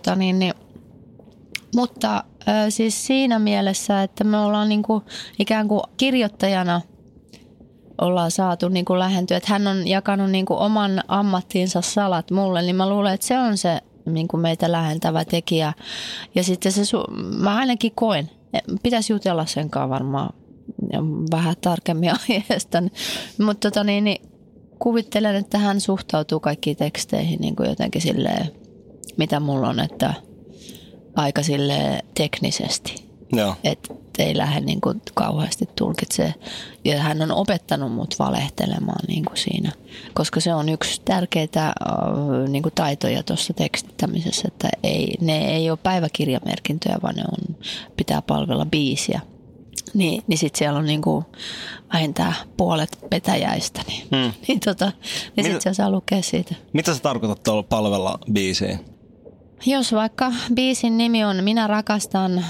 mutta siis siinä mielessä, että me ollaan niinku ikään kuin kirjoittajana ollaan saatu niin kuin lähentyä, että hän on jakanut niin kuin oman ammattiinsa salat mulle, niin mä luulen, että se on se niin kuin meitä lähentävä tekijä. Ja sitten mä ainakin koen, pitäisi jutella sen kanssa varmaan vähän tarkemmin aiheesta, mutta niin kuvittelen, että hän suhtautuu kaikkiin teksteihin niin kuin jotenkin silleen, mitä mulla on, että aika silleen teknisesti. Joo. Että ei lähde niin kuin kauheasti tulkitsee. Ja hän on opettanut mut valehtelemaan niin kuin siinä. Koska se on yksi tärkeitä niin kuin taitoja tuossa tekstittämisessä. Että ne ei ole päiväkirjamerkintöjä, vaan ne pitää palvella biisiä. Niin sitten siellä on niin kuin vähintään puolet petäjäistä. Niin sitten se saa lukea siitä. Mitä sä tarkoitat tuolla palvella biisiä? Jos vaikka biisin nimi on Minä rakastan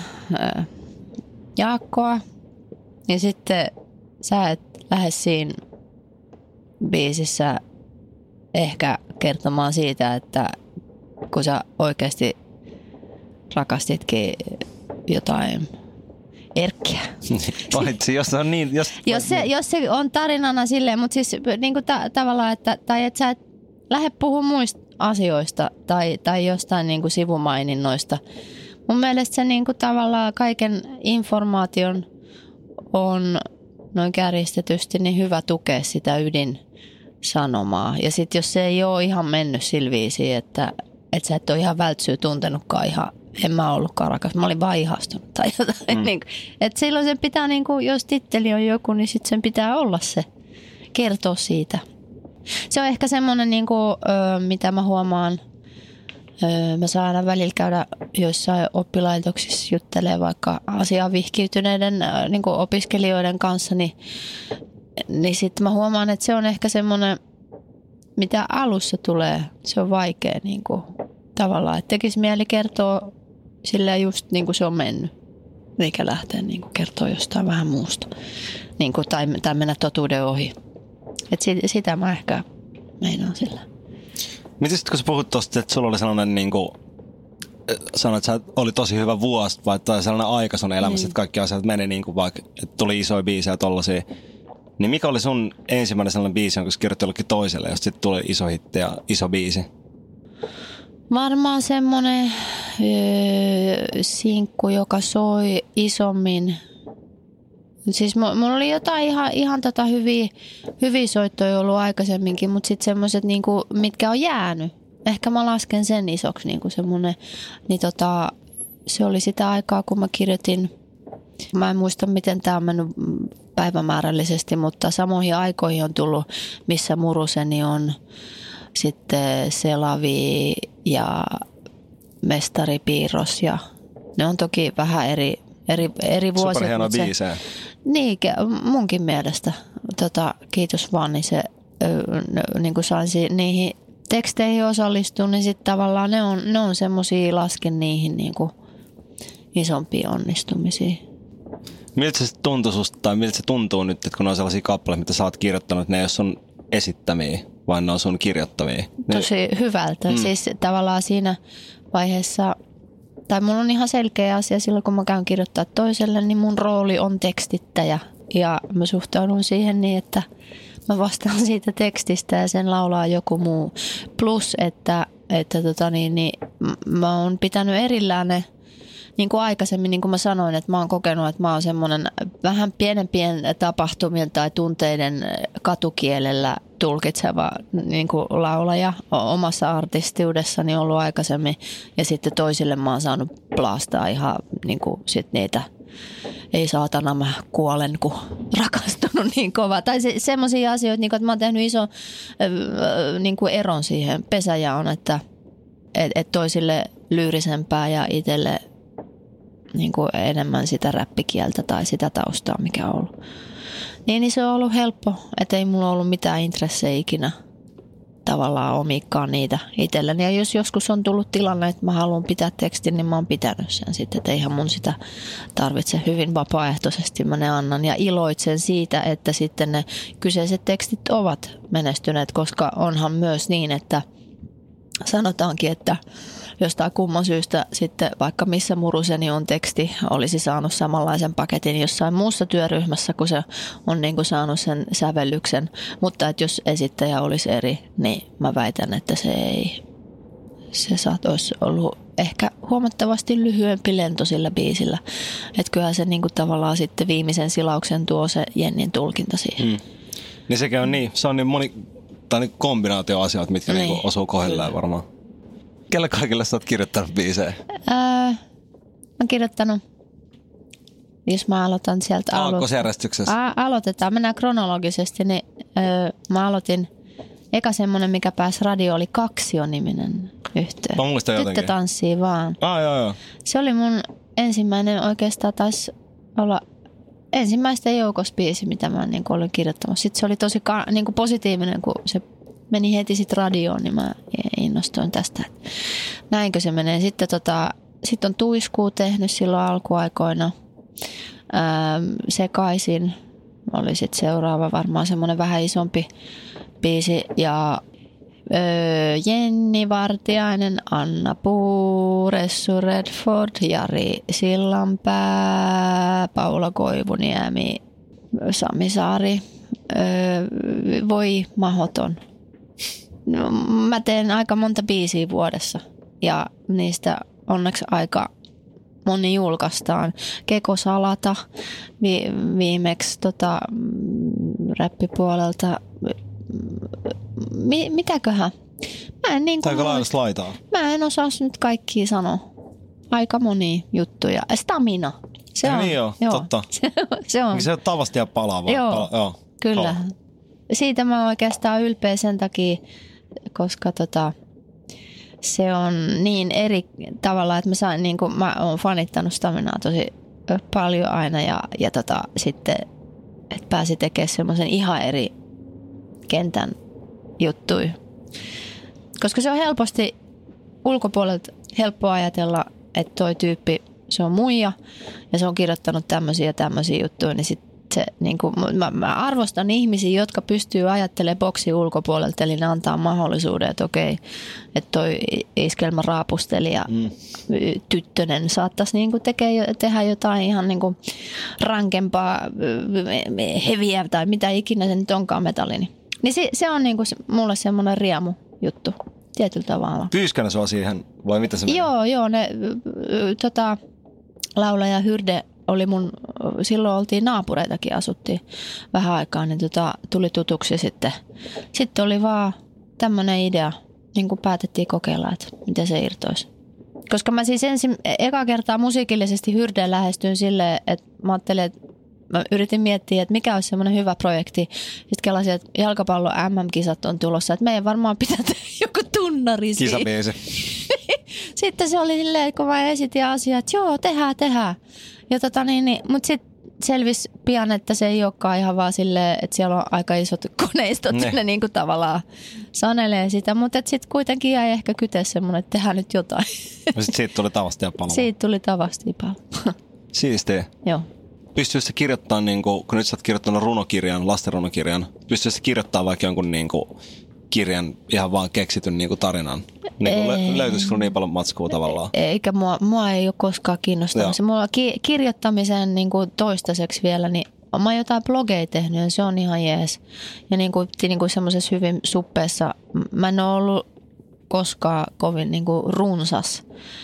Jaakkoa, niin sitten sä et lähde siinä biisissä ehkä kertomaan siitä, että kun sä oikeasti rakastitkin jotain Erkkiä. Paitsi, jos on niin... Jos se on tarinana silleen, mutta siis niin kuin tavallaan, että sä et lähde puhumaan muista asioista tai jostain niin kuin sivumaininnoista. Mun mielestä se niin kuin tavallaan kaiken informaation on noin kärjistetysti niin hyvä tukea sitä ydinsanomaa. Ja sitten jos se ei ole ihan mennyt sillä viisiin, että sä et ole ihan vältsyä tuntenutkaan ihan, en mä ollutkaan rakas, mä olin vaan ihastunut tai jotain. Niin kuin, että silloin sen pitää, niin kuin, jos titteli on joku, niin sitten sen pitää olla se, kertoa siitä. Se on ehkä semmoinen, niin kuin, mitä mä huomaan, mä saan aina välillä käydä joissain oppilaitoksissa juttelemaan vaikka asiaan vihkiytyneiden niin kuin opiskelijoiden kanssa, niin sitten mä huomaan, että se on ehkä semmoinen, mitä alussa tulee, se on vaikea niin kuin, tavallaan, että tekisi mieli kertoa silleen just niin kuin se on mennyt, eikä lähteä niin kuin kertoa jostain vähän muusta niin kuin, tai mennä totuuden ohi. Että sitä mä ehkä meinaan sillä. Miten sitten kun sä puhut tuosta, että sulla oli sellainen niin kuin, sanoit, että sä oli tosi hyvä vuosi, vai sellainen aika sun elämässä, että kaikki asiat meni niin kuin vaikka, että tuli isoja biisejä tollaisia. Niin mikä oli sun ensimmäinen sellainen biisi, jonka sä kirjoitti jollekin toiselle, jos sitten tuli iso hitti ja iso biisi? Varmaan semmoinen sinkku, joka soi isommin. Siis mulla oli jotain ihan hyviä soittoja ollut aikaisemminkin, mutta sitten semmoiset, niinku, mitkä on jäänyt. Ehkä mä lasken sen isoksi niinku semmoinen. Niin se oli sitä aikaa, kun mä kirjoitin. Mä en muista, miten tää on mennyt päivämäärällisesti, mutta samoihin aikoihin on tullut, missä Muruseni on. Sitten Selavi ja Mestari Piirros. Ja ne on toki vähän eri vuosia. Superhienoa biisejä. Niin, munkin mielestä. Kiitos vaan, niin se niin kuin sain niihin teksteihin osallistua, niin sitten tavallaan ne on semmosia, lasken niihin niin kuin isompia onnistumisia. Miltä se tuntui susta, tai miltä se tuntuu nyt, että kun on sellaisia kappaleita, mitä sä oot kirjoittanut, ne ei ole sun esittämiä? vai ne on sun kirjoittavia? Tosi hyvältä. Siis tavallaan siinä vaiheessa, tai mulla on ihan selkeä asia silloin, kun mä käyn kirjoittaa toiselle, niin mun rooli on tekstittäjä. Ja mä suhtaudun siihen niin, että mä vastaan siitä tekstistä ja sen laulaa joku muu. Plus, että mä oon pitänyt erillään ne, niin kuin aikaisemmin, niin kuin mä sanoin, että mä oon kokenut, että mä oon semmoinen vähän pienempien tapahtumien tai tunteiden katukielellä tulkitseva niin kuin laulaja omassa artistiudessani ollut aikaisemmin. Ja sitten toisille mä oon saanut plastaa ihan niin kuin sit niitä, ei saatana mä kuolen, kun rakastunut niin kova. Tai semmoisia asioita, niin kuin, että mä oon tehnyt ison niin kuin eron siihen pesäjaon, että toisille lyyrisempää ja itselle niin kuin enemmän sitä räppikieltä tai sitä taustaa, mikä on ollut. Niin se on ollut helppo, että ei mulla ollut mitään intressejä ikinä tavallaan omikaan niitä itselleni. Ja jos joskus on tullut tilanne, että mä haluan pitää tekstin, niin mä oon pitänyt sen sitten. Että eihän mun sitä tarvitse, hyvin vapaaehtoisesti mä ne annan. Ja iloitsen siitä, että sitten ne kyseiset tekstit ovat menestyneet, koska onhan myös niin, että sanotaankin, että jostain kumman syystä sitten vaikka Missä muruseni on teksti olisi saanut samanlaisen paketin jossain muussa työryhmässä, kun se on niin kuin saanut sen sävellyksen. Mutta että jos esittäjä olisi eri, niin mä väitän, että se olisi ollut ehkä huomattavasti lyhyempi lento sillä biisillä. Että kyllähän se niin kuin tavallaan sitten viimeisen silauksen tuo se Jennin tulkinta siihen. Niin se käy niin. Se on niin moni tai kombinaatio asioita, mitkä niin. Niinku osuu kohdilleen varmaan. Kelle kaikille sä oot kirjoittanut biisejä? Mä oon kirjoittanut, jos mä aloitan sieltä aakkosjärjestyksessä. Aloitetaan, mennään kronologisesti, niin mä aloitin eka semmonen, mikä pääsi radio, oli Kaksio-niminen yhteen. Mä muistan jotenkin. Tyttö tanssii vaan. Joo. Se oli mun ensimmäinen, oikeastaan taisi olla ensimmäistä joukospiisi, mitä mä niin olin kirjoittamassa. Sitten se oli tosi niin kuin positiivinen, kun se meni heti sit radioon, niin mä innostuin tästä. Näinkö se menee. Sitten on Tuiskuu tehnyt silloin alkuaikoina. Sekaisin oli sitten seuraava varmaan semmoinen vähän isompi biisi. Ja Jenni Vartiainen, Anna Puu, Ressu Redford, Jari Sillanpää, Paula Koivuniemi, Sami Saari. Voi mahoton. No, mä teen aika monta biisiä vuodessa ja niistä onneksi aika moni julkaistaan. Keko Salata viimeksi räppipuolelta. Mitäköhän? Mä en osaa nyt kaikkia sanoa. Aika monia juttuja. Stamina. Se on. Niin joo, totta. Se on. Se on tavasti ja palava. Joo, kyllä. Siitä mä oon oikeastaan ylpeä sen takia, koska se on niin eri tavalla, että mä oon fanittanut Staminaa tosi paljon aina ja sitten, että pääsi tekemään semmoisen ihan eri kentän juttuja. Koska se on helposti ulkopuolelta helppo ajatella, että toi tyyppi, se on muija ja se on kirjoittanut tämmöisiä juttuja, niin sitten se, niin kuin, mä arvostan ihmisiä, jotka pystyy ajattelemaan boksin ulkopuolelta, eli ne antaa mahdollisuuden, että okei, että toi iskelmän raapustelija tyttönen saattaisi niin kuin tehdä jotain ihan niin kuin rankempaa, heviä tai mitä ikinä se nyt onkaan metallini. Niin se on niin kuin mulle semmoinen riemu juttu tietyllä tavalla. Pyyskänä sua siihen vai mitä se menee? Joo, ne laulaja Hyrde oli silloin oltiin naapureitakin, asuttiin vähän aikaa, niin tuli tutuksi sitten. Sitten oli vaan tämmöinen idea, niin kuin päätettiin kokeilla, että miten se irtoisi. Koska mä siis eka kertaa musiikillisesti Hyrdeen lähestyin silleen, että mä ajattelin, että mä yritin miettiä, että mikä olisi semmoinen hyvä projekti. Sitten kelasin, että jalkapallon MM-kisat on tulossa, että meidän varmaan pitää tehdä joku tunnari siihen. Kisabiisi. Sitten se oli silleen, kun mä esitin asiaa, että joo, tehdään. Ja mutta sitten selvisi pian, että se ei olekaan ihan vaan silleen, että siellä on aika isot koneistot, ne niin kuin tavallaan sanelee sitä. Mutta sitten kuitenkin jäi ehkä kyteen semmoinen, että tehdään nyt jotain. Ja sitten siitä tuli tavasti ja palaa. Siitä tuli tavasti ja palaa. Siistiä. Joo. Pystyisit kirjoittamaan, niin kun nyt sä oot kirjoittanut runokirjan, lastenrunokirjan, pystyisit kirjoittamaan vaikka jonkun niin kuin kirjan ihan vaan keksityn niin kuin tarinan? Niin löytyisikö sinulla niin paljon matskua tavallaan? Eikä mua ei ole koskaan kiinnostanut. Mulla kirjoittamiseen niin kuin toistaiseksi vielä, niin mä oon jotain blogeja tehnyt ja se on ihan jees. Ja niin kuin semmoisessa hyvin suppeessa, mä en ole ollut koskaan kovin niin kuin runsas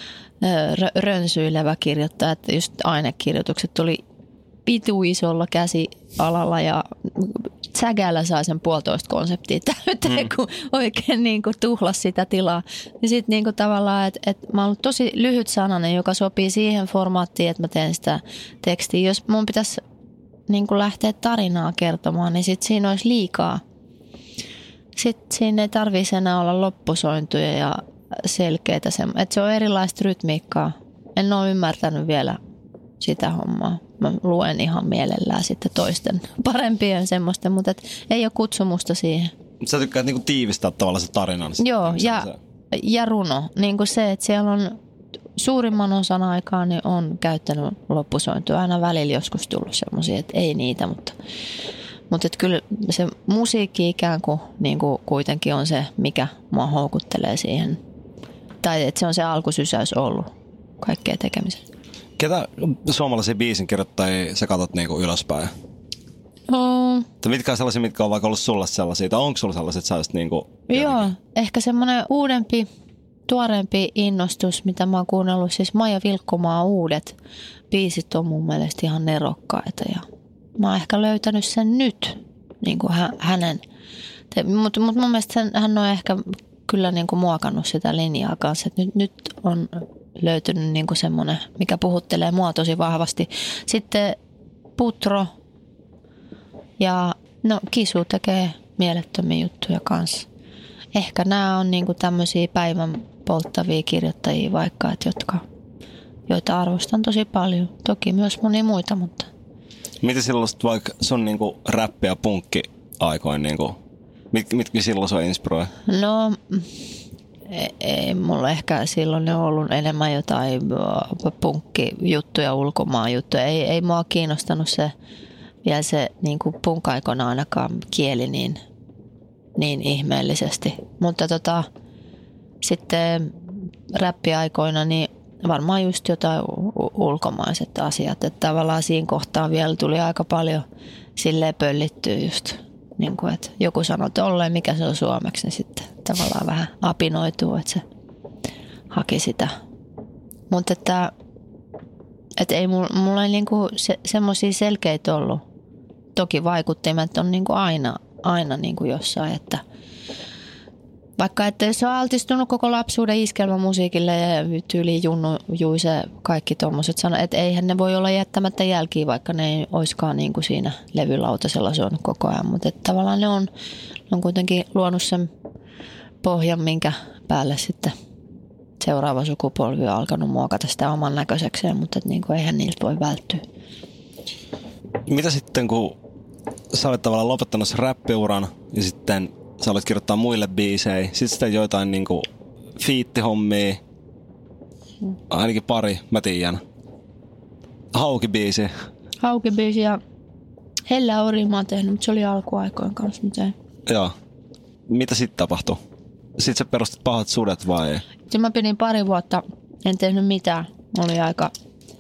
rönsyilevä kirjoittaja, että just ainekirjoitukset tuli pitu isolla käsialalla ja sägällä sai sen 1,5 konseptia täyteen, kun oikein niin kuin tuhlas sitä tilaa. Ja sitten niin kuin tavallaan, että mä oon ollut tosi lyhyt sananen, joka sopii siihen formaattiin, että mä teen sitä tekstiä. Jos mun pitäisi niin kuin lähteä tarinaa kertomaan, niin sitten siinä olisi liikaa. Sitten siinä ei tarvitsisi enää olla loppusointuja ja selkeitä. Että se on erilaista rytmiikkaa. En ole ymmärtänyt vielä sitä hommaa. Mä luen ihan mielellään sitten toisten parempien semmoisten, mutta ei ole kutsumusta siihen. Sä tykkäät niinku tiivistää tavallaan se tarinan. Joo, ja runo. Niin kuin se, että siellä on suurimman osan aikaa niin on käyttänyt loppusointua. Aina välillä joskus tullut semmoisia, että ei niitä, mutta että kyllä se musiikki ikään kuin, niin kuin kuitenkin on se, mikä mua houkuttelee siihen. Tai että se on se alkusysäys ollut kaikkea tekemisen. Ketä suomalaisia biisinkirjoittajia sä katsot niinku ylöspäin? Mitkä on sellaisia, mitkä on vaikka ollut sulle sellaisia? Tai onko sulla sellaiset sellaiset niinku... Joo, ehkä semmoinen uudempi, tuoreempi innostus, mitä mä oon kuunnellut. Siis Maija Vilkkumaan uudet biisit on mun mielestä ihan nerokkaita. Ja mä oon ehkä löytänyt sen nyt, niin kuin hänen. Mutta mun mielestä hän on ehkä kyllä niin kuin muokannut sitä linjaa kanssa. Että nyt on löytynyt niin kuin semmoinen, mikä puhuttelee mua tosi vahvasti. Sitten Putro ja Kisu tekee mielettömiä juttuja kanssa. Ehkä nämä on niin kuin tämmöisiä päivän polttavia kirjoittajia vaikka, että joita arvostan tosi paljon. Toki myös monia muita, mutta... Miten silloin vaikka sun niin kuin räppi- ja punkki-aikoin, niin kuin, mitkä silloin sua inspiroi? No... Ei mulla ehkä silloin ne ollut enemmän jotain punkkijuttuja, ulkomaan juttuja. Ei mua kiinnostanut se vielä se niin kuin punk-aikana ainakaan kieli niin ihmeellisesti. Mutta sitten räppiaikoina niin varmaan just jotain ulkomaiset asiat. Että tavallaan siinä kohtaa vielä tuli aika paljon silleen pöllittyä just. Niin kuin, että joku sanoo tolleen, mikä se on suomeksi, niin sitten tavallaan vähän apinoituu, että se haki sitä. Mutta että ei mulla ei niinku semmoisia selkeitä ollut. Toki vaikuttimet on niinku aina niinku jossain, että vaikka että se on altistunut koko lapsuuden iskelmämusiikille ja tyyliin Junnu, Juise, kaikki tommoset sanat, että eihän ne voi olla jättämättä jälkiä, vaikka ne ei oiskaan niin kuin siinä levylautasella soinut koko ajan. Mutta tavallaan ne on kuitenkin luonut sen pohjan, minkä päälle sitten seuraava sukupolvi on alkanut muokata sitä oman näköisekseen, mutta niin kuin eihän niiltä voi välttyä. Mitä sitten, kun sä olet tavallaan lopettanut sen räppiuran ja sitten sä olet kirjoittaa muille biisejä, sitten joitain niinku fiittihommia, ainakin pari, mä tiedän. Hauki-biisi. Hauki-biisi ja Hellä Ori mä oon tehnyt, mutta se oli alkuaikojen kanssa. Joo. Mitä sitten tapahtui? Sitten sä perustit Pahat sudet vai? Sitten mä pidin 2 vuotta, en tehnyt mitään. Oli aika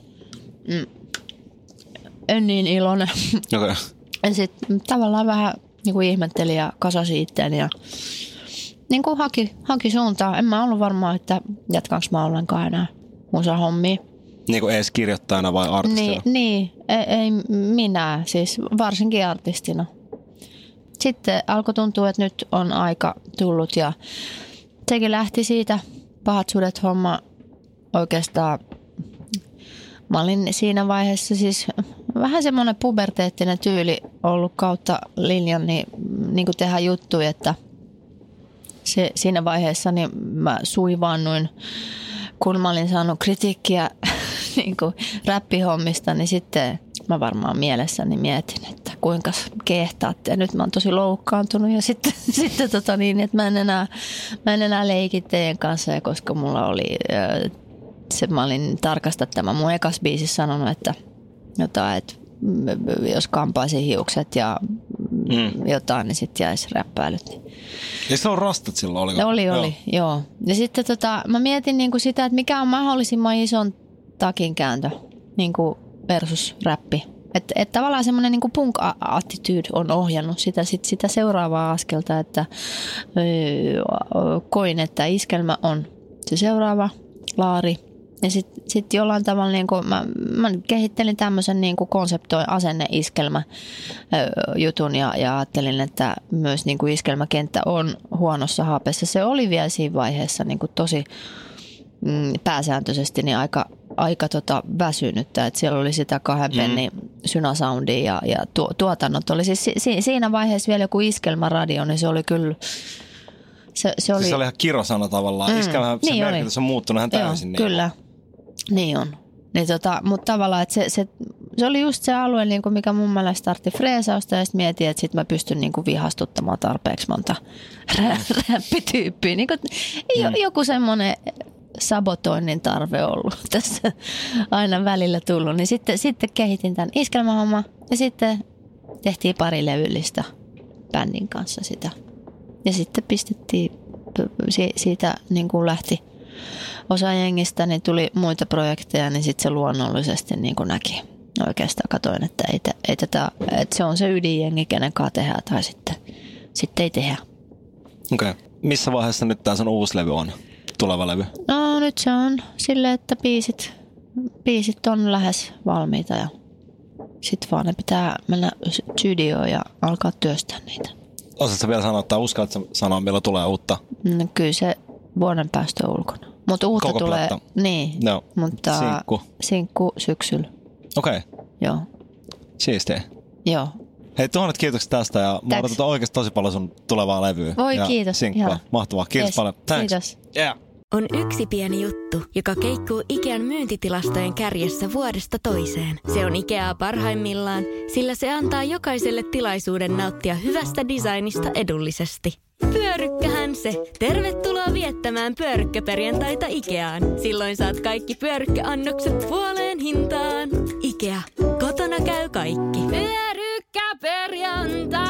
en niin iloinen. Okay. Ja sitten tavallaan vähän niin kuin ihmettelin ja kasasi itseäni ja niin kuin haki suuntaa. En mä ollut varma, että jatkanko mä ollenkaan enää musahommia. Niin kuin edes kirjoittajana vai artistina? Niin, ei minä, siis varsinkin artistina. Sitten alkoi tuntua, että nyt on aika tullut ja sekin lähti siitä Pahat sudet -homma oikeastaan. Mä olin siinä vaiheessa siis vähän semmoinen puberteettinen tyyli ollut kautta linjan niin kuin tehdä juttuja, että siinä vaiheessa niin mä suivaannuin, kun mä olin saanut kritiikkiä niin kuin räppihommista, niin sitten mä varmaan mielessäni mietin, että kuinka kehtaatte. Ja nyt mä oon tosi loukkaantunut ja sitten että mä en enää leiki teidän kanssa, koska mulla oli... mä olin tarkastaa mun ekas biisissä sanonut, että jos kampaisin hiukset ja jotain, niin sitten jäisi räppäilyt. Eikö se ole rastat silloin? Oliko? Oli, joo. Ja sitten mä mietin niinku sitä, että mikä on mahdollisimman ison takinkääntö niinku versus räppi. Että tavallaan semmoinen niinku punk-attitude on ohjannut sitä seuraavaa askelta, että koin, että iskelmä on se seuraava laari. Ja sitten jollain tavalla niinku, mä kehittelin tämmöisen niinku asenne-iskelmä jutun ja ajattelin, että myös niinku iskelmäkenttä on huonossa haapeessa. Se oli vielä siinä vaiheessa niinku tosi pääsääntöisesti niin aika väsynyttä, että siellä oli sitä 2 pennin synasoundia ja tuotannot oli siis siinä vaiheessa vielä joku iskelmäradio, niin se oli kyllä se oli... Se oli ihan kirosana tavallaan. Iskelmä, se niin merkitys on muuttunut ihan täysin. Joo, kyllä, niin on. Niin mutta tavallaan, että se oli just se alue, niin kuin mikä mun mielestä startti freesausta ja sitten mietin, että sit mä pystyn niin kuin vihastuttamaan tarpeeksi monta räppityyppiä. Niin joku semmoinen sabotoinnin tarve ollut tässä aina välillä tullut. Niin sitten kehitin tämän iskelmähomman ja sitten tehtiin pari levyllistä bändin kanssa sitä. Ja sitten pistettiin, siitä niin kuin lähti osa jengistä, niin tuli muita projekteja, niin sitten se luonnollisesti niin kuin näki. Oikeastaan katoin, että että se on se ydinjengi, kenen kanssa tehdään, tai sitten ei tehdä. Okei. Missä vaiheessa nyt tämä sun uusi levy on? Tuleva levy? No nyt se on silleen, että biisit on lähes valmiita ja sitten vaan ne pitää mennä studioon ja alkaa työstää niitä. Osaatko vielä sanoa, tai uskallatko sanoa, milloin tulee uutta? No, kyllä se vuoden päästä on ulkona. Mutta uutta koko tulee, platta. Niin, no. mutta sinkku syksyllä. Okei. Joo. Siistiä. Joo. Hei, 1000 kiitoksia tästä ja mä odotan oikeasti tosi paljon sun tulevaa levyä. Voi ja kiitos. Sinkkua. Mahtavaa. Kiitos paljon. Thanks. Kiitos. Yeah. On yksi pieni juttu, joka keikkuu Ikean myyntitilastojen kärjessä vuodesta toiseen. Se on Ikeaa parhaimmillaan, sillä se antaa jokaiselle tilaisuuden nauttia hyvästä designista edullisesti. Pyörykkähän se! Tervetuloa viettämään pyörykkäperjantaita Ikeaan. Silloin saat kaikki pyörykkäannokset puoleen hintaan. Ikea. Kotona käy kaikki. Pyörykkäperjantai!